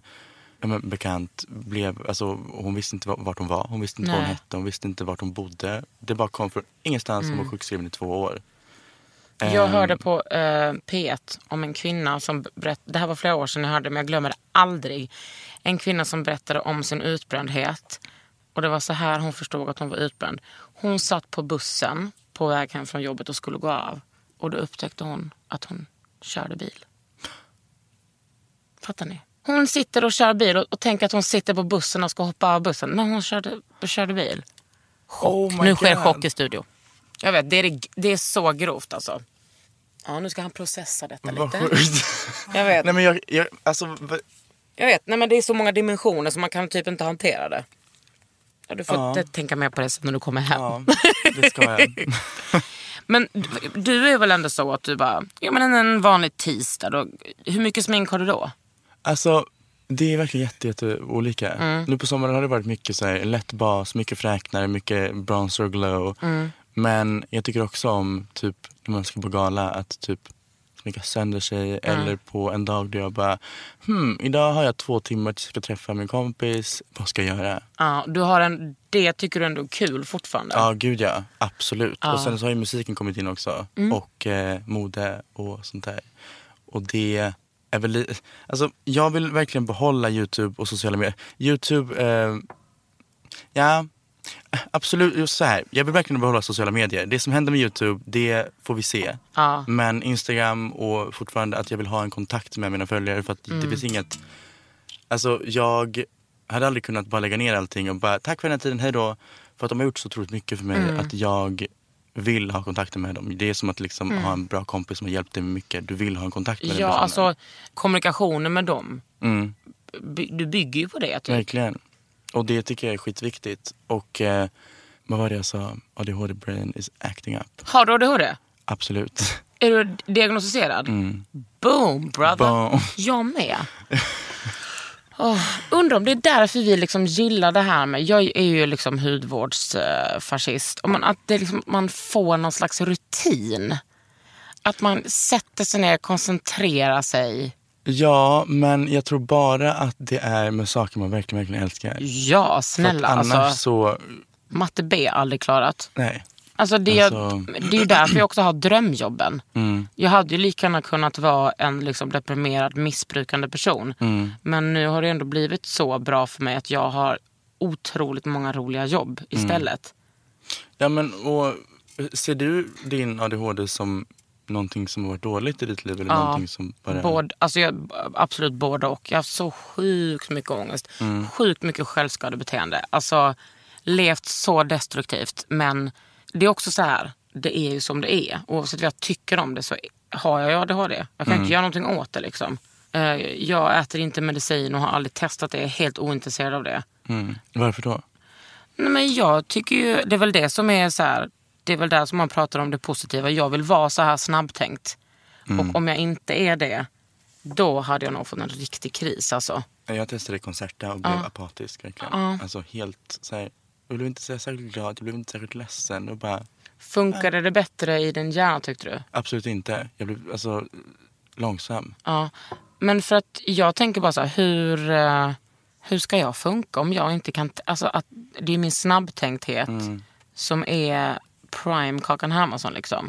bekant blev, alltså hon visste inte vart hon var, hon visste inte Nej. vad hon hette, hon visste inte vart hon bodde. Det bara kom från ingenstans. Mm. Hon var sjukskriven i två år. Jag um, hörde på uh, P ett om en kvinna som berättade, det här var flera år sedan jag hörde, men jag glömmer det aldrig. En kvinna som berättade om sin utbrändhet. Och det var så här hon förstod att hon var utbränd. Hon satt på bussen på väg hem från jobbet och skulle gå av. Och då upptäckte hon att hon körde bil. Fattar ni? Hon sitter och kör bil och, och tänker att hon sitter på bussen och ska hoppa av bussen. Men hon körde, körde bil. Chock. Oh nu sker chock i studio. Jag vet, det är, det är så grovt alltså. Ja, nu ska han processa detta Vad lite. Sjukt. Jag vet. Nej, men jag, jag, alltså, v- jag vet, nej men det är så många dimensioner så man kan typ inte hantera det. Ja, du får ja. inte tänka mer på det när du kommer hem. Ja, det ska jag. Men du, du är väl ändå så att du bara, ja men en vanlig tisdag då, hur mycket smink har du då? Alltså, det är verkligen jätte, jätte olika. Mm. Nu på sommaren har det varit mycket så här, lätt bas, mycket fräknar, mycket bronzer glow. Mm. Men jag tycker också om typ när man ska på gala att typ sminka sönder sig. Mm. Eller på en dag då jag bara, hmm, idag har jag två timmar till jag ska träffa min kompis. Vad ska jag göra? Ja, du har en, det tycker du ändå är kul fortfarande? Ja, gud ja. Absolut. Ja. Och sen så har ju musiken kommit in också. Mm. Och eh, mode och sånt där. Och det... Väl, alltså, jag vill verkligen behålla YouTube och sociala medier. YouTube, eh, ja, absolut, just så här. Jag vill verkligen behålla sociala medier. Det som händer med YouTube, det får vi se. Ja. Men Instagram och fortfarande att jag vill ha en kontakt med mina följare. För att mm. det finns inget... Alltså, jag hade aldrig kunnat bara lägga ner allting och bara, tack för den här tiden, hej då. För att de har gjort så otroligt mycket för mig mm. att jag... vill ha kontakter med dem. Det är som att liksom mm. ha en bra kompis som har hjälpt dig med mycket. Du vill ha en kontakt med ja, den personen. Ja, alltså kommunikationen med dem. Mm. By- du bygger ju på det. Typ. Verkligen. Och det tycker jag är skitviktigt. Och eh, vad var det jag sa? A D H D brain is acting up. Har du A D H D? Absolut. Är du diagnostiserad? Mm. Boom, brother. Boom. Jag med. Oh, undrar om det är därför vi liksom gillar det här med, jag är ju liksom hudvårdsfascist, och man, att det liksom, man får någon slags rutin, att man sätter sig ner, koncentrerar sig. Ja, men jag tror bara att det är med saker man verkligen, verkligen älskar. Ja, snälla. För att annars alltså, så... Matte B aldrig klarat. Nej. Alltså det, alltså... det är ju därför jag också har drömjobben. Mm. Jag hade ju lika gärna kunnat vara en liksom deprimerad, missbrukande person. Mm. Men nu har det ändå blivit så bra för mig att jag har otroligt många roliga jobb istället. Ja, men och ser du din A D H D som någonting som har varit dåligt i ditt liv eller ja, någonting som bara... Både, alltså jag, absolut både och. Jag har haft så sjukt mycket ångest. Mm. Sjukt mycket självskadebeteende. Alltså levt så destruktivt. Men det är också så här, det är ju som det är. Oavsett vad jag tycker om det så har jag A D H D. Jag kan mm. inte göra någonting åt det liksom. Jag äter inte medicin och har aldrig testat det. Jag är helt ointresserad av det. Mm. Varför då? Nej, men jag tycker ju, det är väl det som är så här, det är väl där som man pratar om det positiva. Jag vill vara så här snabbtänkt. Mm. Och om jag inte är det, då hade jag nog fått en riktig kris alltså. Jag testade Concerta och blev ja. apatisk verkligen. Ja. Alltså helt så här, jag blev inte så särskilt glad, jag blev inte särskilt ledsen och bara... Funkade det bättre i din hjärna tyckte du? Absolut inte. Jag blev alltså långsam. Ja, men för att jag tänker bara så här, hur... Hur ska jag funka om jag inte kan... Alltså att det är min snabbtänkthet mm. som är prime Kakan Hermansson liksom.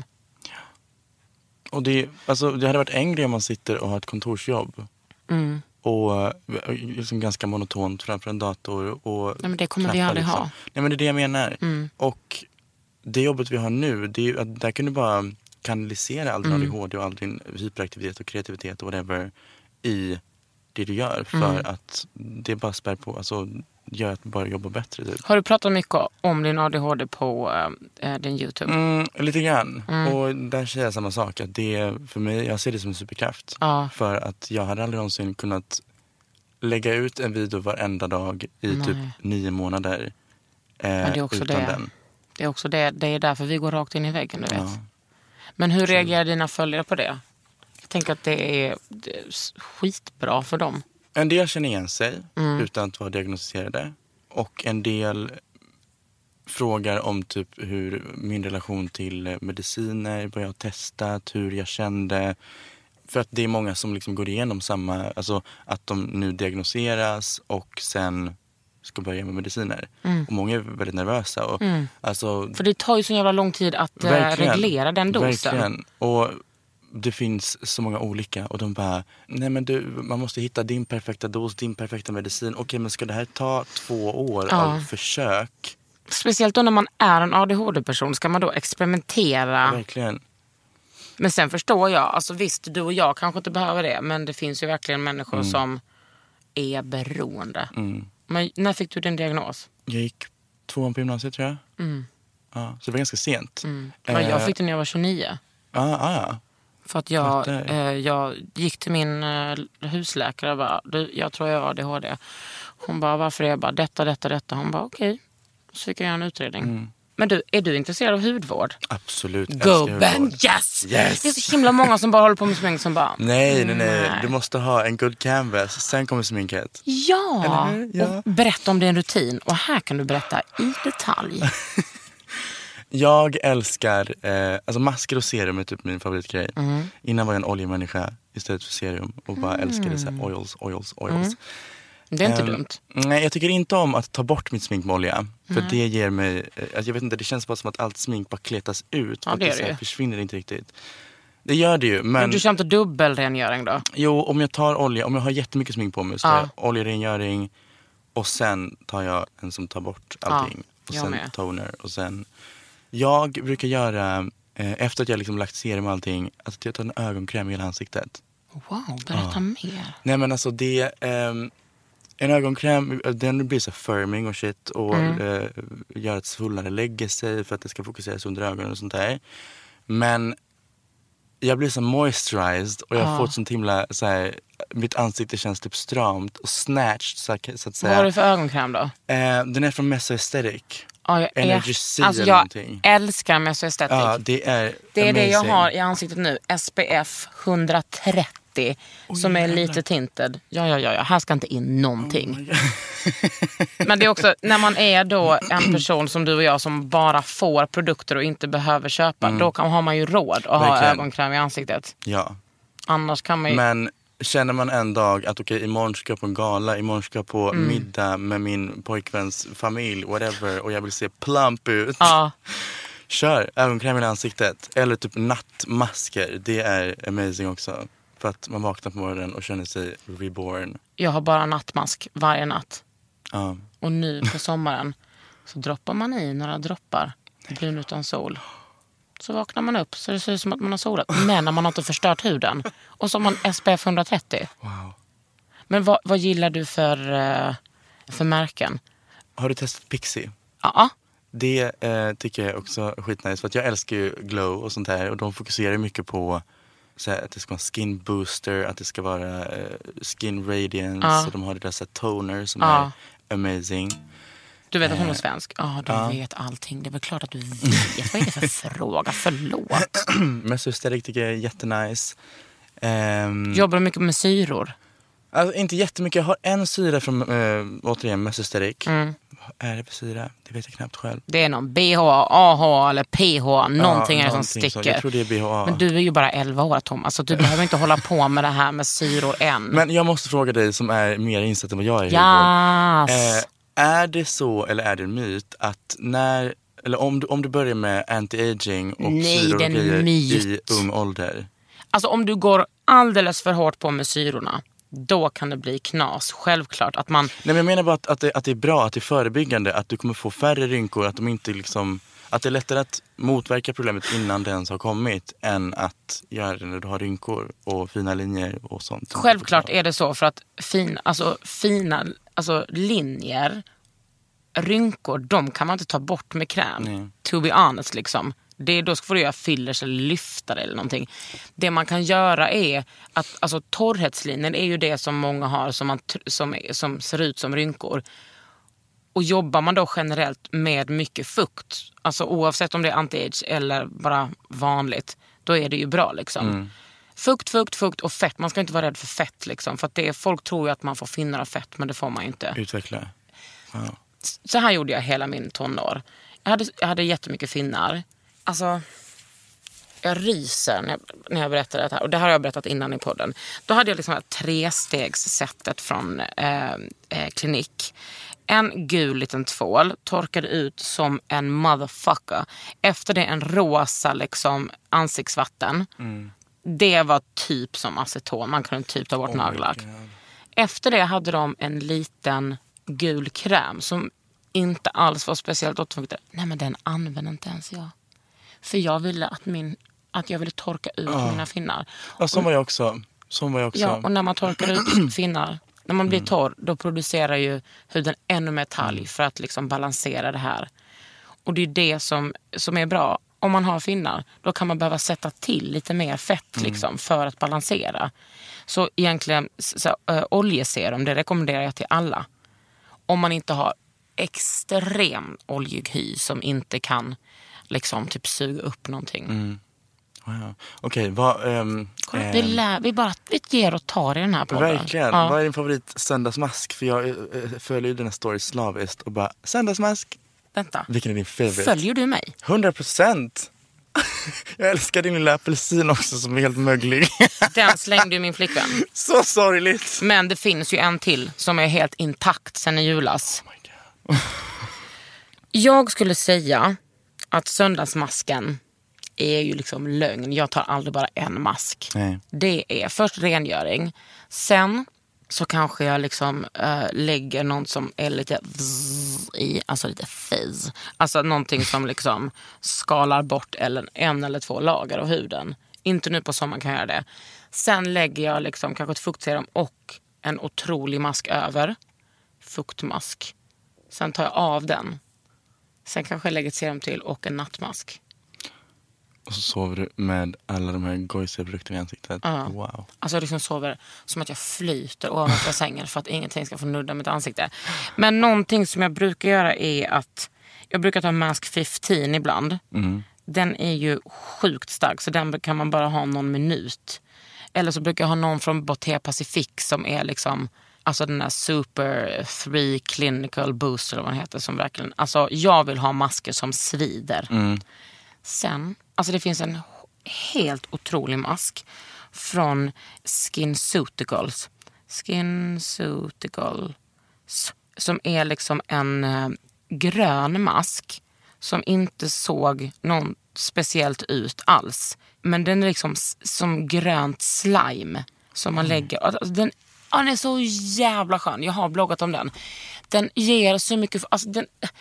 Och det, alltså, det hade varit en grej om man sitter och har ett kontorsjobb. Mm. Och liksom ganska monotont framför en dator. Och Nej, men det kommer vi aldrig liksom. ha. Nej, men det är det jag menar. Mm. Och det jobbet vi har nu, det är, där kan du bara kanalisera all din mm. A D H D och all din hyperaktivitet och kreativitet och whatever i... det du gör för mm. att det bara spär på, alltså gör att du bara jobbar bättre. Typ. Har du pratat mycket om din A D H D på äh, din YouTube? Mm, lite grann. Mm. Och där säger jag samma sak. Att det för mig, jag ser det som en superkraft. Ja. För att jag hade aldrig någonsin kunnat lägga ut en video varenda dag i Nej. typ nio månader. Eh, Men det är också utan det. Den. Det är också det. Det är därför vi går rakt in i väggen, du vet. Ja. Men hur reagerar dina följare på det? Jag tänker att det är, det är skitbra för dem. En del känner igen sig mm. utan att vara diagnostiserade. Och en del frågar om typ hur min relation till mediciner, vad jag har testat, hur jag kände. För att det är många som liksom går igenom samma, alltså att de nu diagnoseras och sen ska börja med mediciner. Mm. Och många är väldigt nervösa. Och, mm. alltså, för det tar ju så jävla lång tid att reglera den dosen. Verkligen. Och det finns så många olika och de bara, nej men du, man måste hitta din perfekta dos, din perfekta medicin. Okej, men ska det här ta två år ja. av försök? Speciellt då när man är en A D H D-person ska man då experimentera. Verkligen. Men sen förstår jag, alltså visst, du och jag kanske inte behöver det, men det finns ju verkligen människor mm. som är beroende. Mm. Men när fick du din diagnos? Jag gick tvåan på gymnasiet tror jag. Mm. Ja, så det var ganska sent. Mm. Men jag fick den när jag var tjugonio. Ja, ah, ja. För att jag, eh, jag gick till min eh, husläkare och bara, du, jag tror jag har A D H D. Hon bara, varför är jag bara detta, detta, detta? Hon bara, okej. Okay. Så fick jag göra en utredning. Mm. Men du, är du intresserad av hudvård? Absolut. Go Ben, yes! yes! Det är så himla många som bara håller på med smink som bara... Nej, nej, nej. Du måste ha en good canvas. Sen kommer sminket. Ja! ja. Och berätta om din rutin. Och här kan du berätta i detalj. Jag älskar, eh, alltså masker och serum är typ min favoritgrej. Mm. Innan var jag en oljemänniska istället för serum. Och bara mm. älskade så här oils, oils, oils. Mm. Det är inte um, dumt. Nej, jag tycker inte om att ta bort mitt smink med olja. För mm. det ger mig, jag vet inte, det känns bara som att allt smink bara kletas ut. Ja, för det, att det, det så här försvinner inte riktigt. Det gör det ju, men... Men du kör inte dubbelrengöring då? Jo, om jag tar olja, om jag har jättemycket smink på mig så tar jag oljerengöring. Och sen tar jag en som tar bort allting. Ja, och sen med. toner och sen... Jag brukar göra, eh, efter att jag liksom lagt serum och allting, att jag tar en ögonkräm i hela ansiktet. Wow, berätta ja. mer. Nej men alltså det, eh, en ögonkräm, den blir så firming och shit och mm. eh, gör att svullnader lägger sig för att det ska fokuseras under ögonen och sånt där. Men jag blir så moisturized och jag ja. får ett sånt himla, så här, mitt ansikte känns typ stramt och snatched så, så att säga. Vad har du för ögonkräm då? Eh, den är från Mesoaesthetic. Ja, jag, Energy C alltså jag någonting. älskar Mesoaesthetic. Ja, det är Det är amazing. det jag har i ansiktet nu. S P F hundratrettio oh, som är jävlar. lite tinted. Ja, ja, ja, ja. Här ska inte in någonting. Oh Men det är också, när man är då en person som du och jag som bara får produkter och inte behöver köpa, mm. då kan, har man ju råd att Verkligen. ha ögonkräm i ansiktet. Ja. Annars kan man ju... Men känner man en dag att okej, okay, imorgon ska jag på en gala, imorgon ska jag på mm. middag med min pojkväns familj, whatever, och jag vill se plump ut. Ja. Kör ögonkräm i ansiktet. Eller typ nattmasker, det är amazing också. För att man vaknar på morgonen och känner sig reborn. Jag har bara nattmask varje natt. Ja. Och nu på sommaren så droppar man i några droppar brun utan sol. Så vaknar man upp så det ser ut som att man har solat. Men när man har inte förstört huden. Och så har man S P F hundratrettio. Wow. Men vad, vad gillar du för, för märken? Har du testat Pixie? Ja. Det eh, tycker jag också är skitnice. För att jag älskar ju glow och sånt här. Och de fokuserar mycket på så här, att det ska vara skin booster. Att det ska vara eh, skin radiance. Ja. Och de har det där så här, toner som Ja. är amazing. Du vet att hon är svensk? Ja, du ja. vet allting. Det är väl klart att du vet. Vad är det för fråga? Förlåt. Mesoaesthetic tycker jag är jättenice. Um, Jobbar du mycket med syror? Alltså inte jättemycket. Jag har en syra från, äh, återigen, Mesoaesthetic. Mm. Vad är det för syra? Det vet jag knappt själv. Det är någon B H A, A H eller P H A. Någonting ja, är det som sticker. Så. Jag tror det är B H A. Men du är ju bara elva år, Tom. Alltså, du behöver inte hålla på med det här med syror än. Men jag måste fråga dig som är mer insatt än vad jag är. Yes. Äh, är det så eller är det en myt att när... Eller om du, om du börjar med anti-aging och Nej, syror och grejer myt. i ung ålder. Alltså om du går alldeles för hårt på med syrorna, då kan det bli knas. Självklart att man... Nej, men jag menar bara att, att, det, att det är bra, att det är förebyggande, att du kommer få färre rynkor, att de inte liksom... Att det är lättare att motverka problemet innan det ens har kommit än att göra det när du har rynkor och fina linjer och sånt. Självklart är det så, för att fin, alltså, fina alltså, linjer, rynkor, de kan man inte ta bort med kräm. Nej. To be honest liksom. Det, då får du göra fillers eller lyfta det eller någonting. Det man kan göra är att alltså, torrhetslinjen är ju det som många har som, man, som, som ser ut som rynkor. Och jobbar man då generellt med mycket fukt, alltså oavsett om det är anti-age eller bara vanligt, då är det ju bra liksom. Mm. Fukt, fukt, fukt och fett. Man ska inte vara rädd för fett liksom. För att det är, folk tror ju att man får finnar av fett, men det får man ju inte. Utveckla. Wow. Så här gjorde jag hela min tonår. Jag hade, jag hade jättemycket finnar. Alltså, jag ryser när jag, när jag berättar det här. Och det har jag berättat innan i podden. Då hade jag liksom det här trestegssättet från eh, eh, klinik. En gul liten tvål, torkade ut som en motherfucker. Efter det en rosa liksom ansiktsvatten. Mm. Det var typ som aceton. Man kunde typ ta bort oh naglar. Efter det hade de en liten gul kräm som inte alls var speciellt återfuktad. Nej, men den använde inte ens jag. För jag ville att min att jag ville torka ut oh. mina finnar. Ja, som var jag också. Som var jag också. Ja, och när man torkar ut finnar, när man blir mm. torr, då producerar ju huden ännu mer talg mm. för att liksom balansera det här. Och det är det som, som är bra. Om man har finnar, då kan man behöva sätta till lite mer fett mm. liksom, för att balansera. Så egentligen, så, äh, oljeserum, det rekommenderar jag till alla. Om man inte har extrem oljig hy som inte kan liksom typ suga upp någonting. Mm. Wow. Okej, okay, vad... Um, Kolla, um, vi, lär, vi bara vi ger och tar i den här podden. Verkligen. Ja. Vad är din favorit söndagsmask? För jag uh, följer ju den här story slaviskt och bara, söndagsmask. Vänta. Vilken är din favorit? Följer du mig? hundra procent. Jag älskar din lilla apelsin också som är helt möglig. Den slängde ju min flickvän. Så sorgligt. Men det finns ju en till som är helt intakt sen i julas. Oh my God. Jag skulle säga att söndagsmasken är ju liksom lögn. Jag tar aldrig bara en mask. Nej. Det är först rengöring. Sen så kanske jag liksom äh, lägger något som är lite i, alltså lite fizz. Alltså någonting som liksom skalar bort eller en eller två lager av huden. Inte nu på sommaren kan jag göra det. Sen lägger jag liksom kanske ett fuktserum och en otrolig mask över. Fuktmask. Sen tar jag av den. Sen kanske jag lägger ett serum till och en nattmask. Och så sover du med alla de här gojsiga produkterna i ansiktet. Ja. Wow. Alltså jag liksom sover som att jag flyter ovanför sängen för att ingenting ska få nudda mitt ansikte. Men någonting som jag brukar göra är att jag brukar ta Mask femton ibland. Mm. Den är ju sjukt stark så den kan man bara ha någon minut. Eller så brukar jag ha någon från Boté Pacific som är liksom, alltså den där Super tre Clinical Booster eller vad den heter som verkligen, alltså jag vill ha masker som svider. Mm. Sen, alltså det finns en helt otrolig mask från SkinCeuticals. SkinCeuticals. Som är liksom en eh, grön mask som inte såg någon speciellt ut alls. Men den är liksom s- som grönt slime som man lägger. Alltså den, ja, den är så jävla skön. Jag har bloggat om den. Den ger så mycket, alltså den...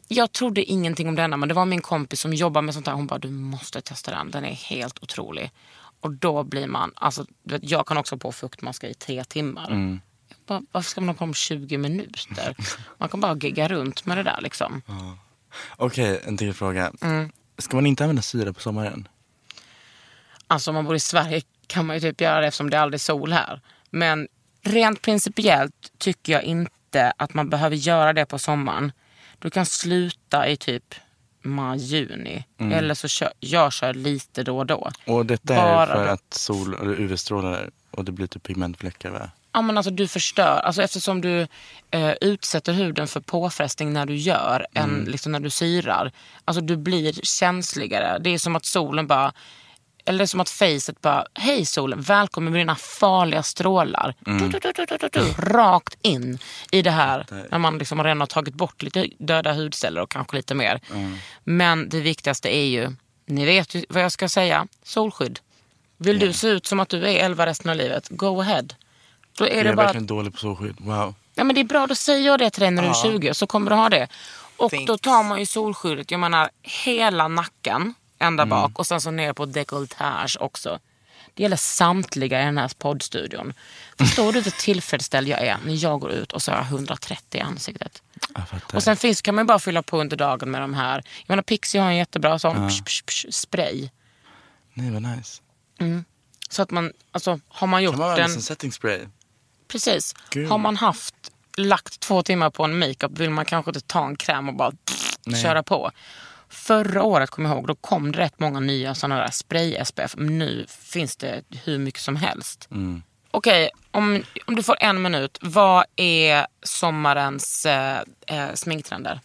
Jag trodde ingenting om denna, men det var min kompis som jobbar med sånt här. Hon bara, du måste testa den, den är helt otrolig. Och då blir man, alltså du vet, jag kan också på fuktmaska i tre timmar. Mm. Bara, varför ska man ha på om tjugo minuter? Man kan bara gigga runt med det där liksom. Ja. Okej, okay, en till fråga. Mm. Ska man inte använda syra på sommaren? Alltså om man bor i Sverige kan man ju typ göra det eftersom det är aldrig sol här. Men rent principiellt tycker jag inte att man behöver göra det på sommaren. Du kan sluta i typ maj, juni. Mm. Eller så kör jag kör lite då och då. Och detta Bara är för då. att sol eller U V-strålar och det blir typ pigmentfläckar, va? Ja, men alltså du förstör. Alltså eftersom du eh, utsätter huden för påfrestning när du gör, mm. än liksom när du syrar. Alltså du blir känsligare. Det är som att solen bara... Eller det är som att facet bara, hej solen, välkommen med dina farliga strålar. Mm. Du, du, du, du, du, du, rakt in i det här. När man liksom redan har tagit bort lite döda hudceller och kanske lite mer. Mm. Men det viktigaste är ju, ni vet ju vad jag ska säga, solskydd. Vill yeah. du se ut som att du är elva resten av livet, go ahead. Då är jag det är bara verkligen att... dålig på solskydd, wow. Ja, men det är bra, då säger jag det till dig när du är tjugo, så kommer du ha det. Och Thanks. Då tar man ju solskyddet, jag menar hela nacken. Ända bak mm. och sen så ner på dekolletage också. Det gäller samtliga i den här poddstudion. Förstår du hur tillfredsställd jag är när jag går ut och så har jag hundratrettio i ansiktet. Och sen finns, kan man bara fylla på under dagen med de här. Jag menar Pixie har en jättebra sån ja. psh, psh, psh, spray. Nej, vad nice. Mm. Så att man, alltså har man gjort kan man den... en setting spray? Precis. Gud. Har man haft, lagt två timmar på en makeup vill man kanske inte ta en kräm och bara pff, köra på. Förra året, kommer jag ihåg, då kom det rätt många nya sådana där spray-S P F. Nu finns det hur mycket som helst. Mm. Okej, om, om du får en minut, vad är sommarens eh, eh, sminktrender?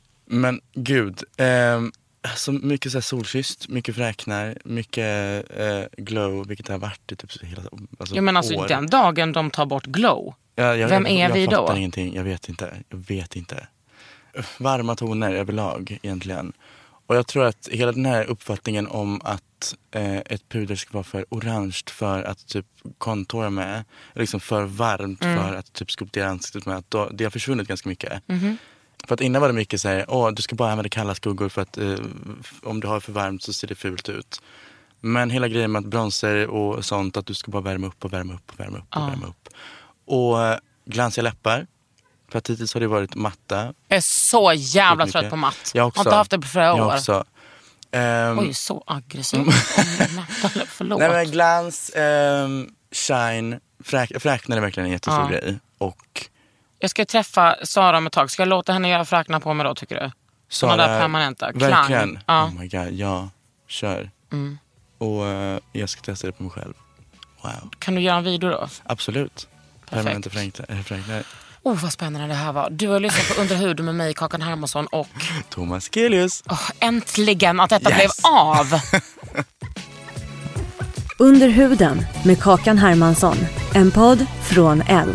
Men gud, eh, alltså mycket så här solkysst, mycket fräknar, mycket eh, glow, vilket har varit i typ hela alltså, ja, men alltså år. Den dagen de tar bort glow, ja, jag, vem jag, är jag, vi jag då? Jag fattar ingenting, jag vet inte, jag vet inte. Varma toner överlag egentligen. Och jag tror att hela den här uppfattningen om att eh, ett puder ska vara för orange för att typ kontora med, liksom för varmt mm. för att typ skulptera ansiktet med, att då, det har försvunnit ganska mycket. Mm-hmm. För att innan var det mycket så här, åh, du ska bara använda kalla skuggor för att eh, om du har för varmt så ser det fult ut. Men hela grejen med att bronzer och sånt, att du ska bara värma upp och värma upp och värma upp och ah. värma upp. Och eh, glansiga läppar. För att hittills har det varit matta. Jag är så jävla trött på matt. Jag också. Har inte haft det på flera år. Jag också. Um, Oj, så aggressiv. Förlåt. Nej, men glans, um, shine, fräk, fräknar är verkligen en jättestor ja. grej. Och jag ska träffa Sara om ett tag. Ska jag låta henne göra fräknar på mig då, tycker du? Sara, sådana där permanenta. Klang. Verkligen. Ja. Oh my god, ja. Kör. Mm. Och uh, jag ska testa det på mig själv. Wow. Kan du göra en video då? Absolut. Permanenta fräknar. Oh, vad spännande det här var. Du har lyssnat på Under huden med mig, Kakan Hermansson och Thomas Gelius. Oh, äntligen att detta yes. blev av. Under huden med Kakan Hermansson. En podd från Elle.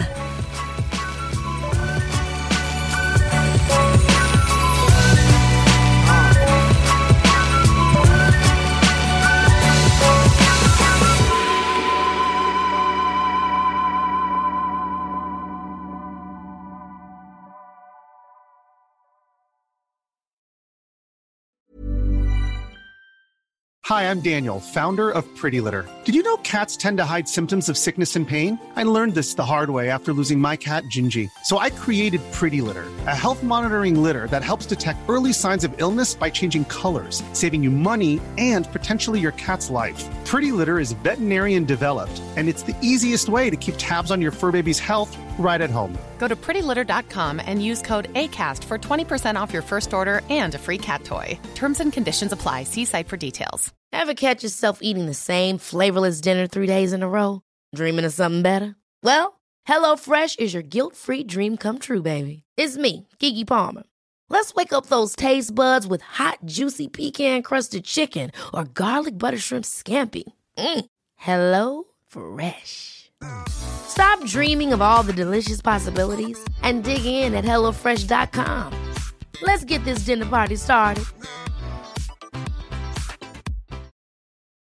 Hi, I'm Daniel, founder of Pretty Litter. Did you know cats tend to hide symptoms of sickness and pain? I learned this the hard way after losing my cat, Gingy. So I created Pretty Litter, a health monitoring litter that helps detect early signs of illness by changing colors, saving you money and potentially your cat's life. Pretty Litter is veterinarian developed, and it's the easiest way to keep tabs on your fur baby's health right at home. Go to pretty litter dot com and use code ACAST for twenty percent off your first order and a free cat toy. Terms and conditions apply. See site for details. Ever catch yourself eating the same flavorless dinner three days in a row? Dreaming of something better? Well, HelloFresh is your guilt-free dream come true, baby. It's me, Keke Palmer. Let's wake up those taste buds with hot, juicy pecan-crusted chicken or garlic butter shrimp scampi. Mm. Hello Fresh. Stop dreaming of all the delicious possibilities and dig in at hello fresh dot com. Let's get this dinner party started.